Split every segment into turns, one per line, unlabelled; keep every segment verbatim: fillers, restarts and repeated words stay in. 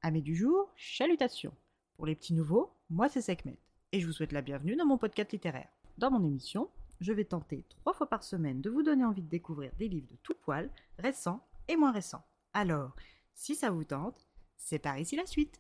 Amis du jour, chalutations. Pour les petits nouveaux, moi c'est Sekhmet, et je vous souhaite la bienvenue dans mon podcast littéraire. Dans mon émission, je vais tenter trois fois par semaine de vous donner envie de découvrir des livres de tout poil, récents et moins récents. Alors, si ça vous tente, c'est par ici la suite.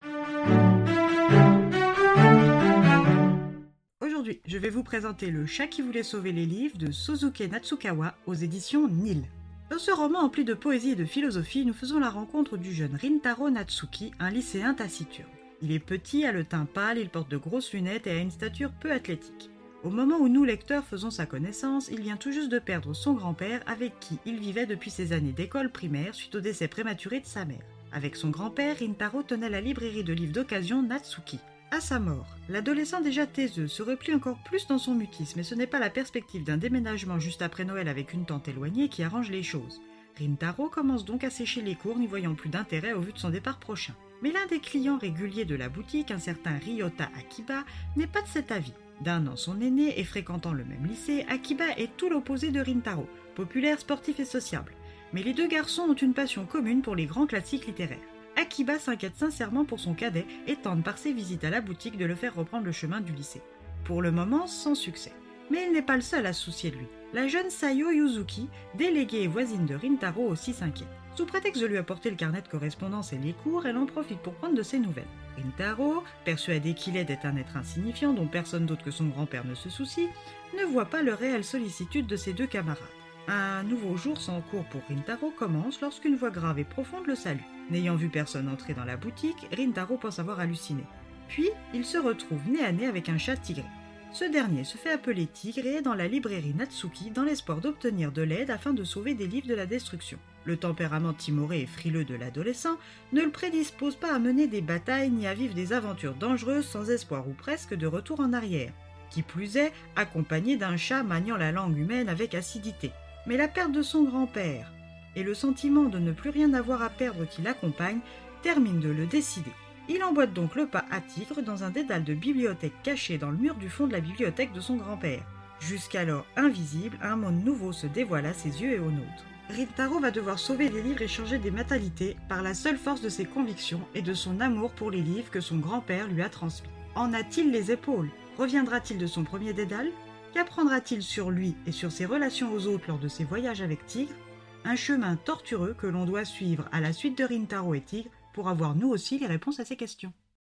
Aujourd'hui, je vais vous présenter Le chat qui voulait sauver les livres de Sosuke Natsukawa aux éditions Nil. Dans ce roman empli de poésie et de philosophie, nous faisons la rencontre du jeune Rintaro Natsuki, un lycéen taciturne. Il est petit, a le teint pâle, il porte de grosses lunettes et a une stature peu athlétique. Au moment où nous, lecteurs, faisons sa connaissance, il vient tout juste de perdre son grand-père avec qui il vivait depuis ses années d'école primaire suite au décès prématuré de sa mère. Avec son grand-père, Rintaro tenait la librairie de livres d'occasion Natsuki. À sa mort, l'adolescent déjà taiseux se replie encore plus dans son mutisme et ce n'est pas la perspective d'un déménagement juste après Noël avec une tante éloignée qui arrange les choses. Rintaro commence donc à sécher les cours n'y voyant plus d'intérêt au vu de son départ prochain. Mais l'un des clients réguliers de la boutique, un certain Ryota Akiba, n'est pas de cet avis. D'un an son aîné et fréquentant le même lycée, Akiba est tout l'opposé de Rintaro, populaire, sportif et sociable. Mais les deux garçons ont une passion commune pour les grands classiques littéraires. Akiba s'inquiète sincèrement pour son cadet et tente par ses visites à la boutique de le faire reprendre le chemin du lycée. Pour le moment, sans succès. Mais il n'est pas le seul à se soucier de lui. La jeune Sayo Yuzuki, déléguée et voisine de Rintaro, aussi s'inquiète. Sous prétexte de lui apporter le carnet de correspondance et les cours, elle en profite pour prendre de ses nouvelles. Rintaro, persuadé qu'il est d'être un être insignifiant dont personne d'autre que son grand-père ne se soucie, ne voit pas le réelle sollicitude de ses deux camarades. Un nouveau jour sans cours pour Rintaro commence lorsqu'une voix grave et profonde le salue. N'ayant vu personne entrer dans la boutique, Rintaro pense avoir halluciné. Puis, il se retrouve nez à nez avec un chat tigré. Ce dernier se fait appeler Tigre et est dans la librairie Natsuki dans l'espoir d'obtenir de l'aide afin de sauver des livres de la destruction. Le tempérament timoré et frileux de l'adolescent ne le prédispose pas à mener des batailles ni à vivre des aventures dangereuses sans espoir ou presque de retour en arrière. Qui plus est, accompagné d'un chat maniant la langue humaine avec acidité. Mais la perte de son grand-père et le sentiment de ne plus rien avoir à perdre qui l'accompagne terminent de le décider. Il emboîte donc le pas à Tigre dans un dédale de bibliothèque caché dans le mur du fond de la bibliothèque de son grand-père. Jusqu'alors invisible, un monde nouveau se dévoile à ses yeux et aux nôtres. Rintaro va devoir sauver les livres et changer des mentalités par la seule force de ses convictions et de son amour pour les livres que son grand-père lui a transmis. En a-t-il les épaules? Reviendra-t-il de son premier dédale? Qu'apprendra-t-il sur lui et sur ses relations aux autres lors de ses voyages avec Tigre? Un chemin tortueux que l'on doit suivre à la suite de Rintaro et Tigre pour avoir nous aussi les réponses à ces questions.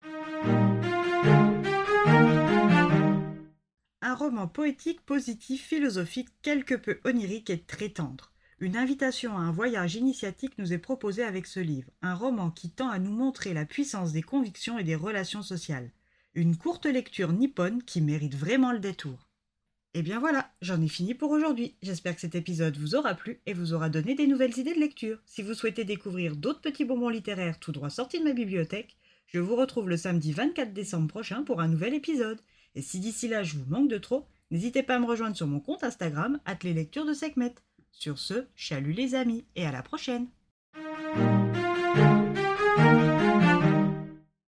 Un roman poétique, positif, philosophique, quelque peu onirique et très tendre. Une invitation à un voyage initiatique nous est proposée avec ce livre, un roman qui tend à nous montrer la puissance des convictions et des relations sociales. Une courte lecture nippone qui mérite vraiment le détour. Et bien voilà, j'en ai fini pour aujourd'hui. J'espère que cet épisode vous aura plu et vous aura donné des nouvelles idées de lecture. Si vous souhaitez découvrir d'autres petits bonbons littéraires tout droit sortis de ma bibliothèque, je vous retrouve le samedi vingt-quatre décembre prochain pour un nouvel épisode. Et si d'ici là je vous manque de trop, n'hésitez pas à me rejoindre sur mon compte Instagram, arobase les lectures de Sekhmet. Sur ce, chalut les amis et à la prochaine.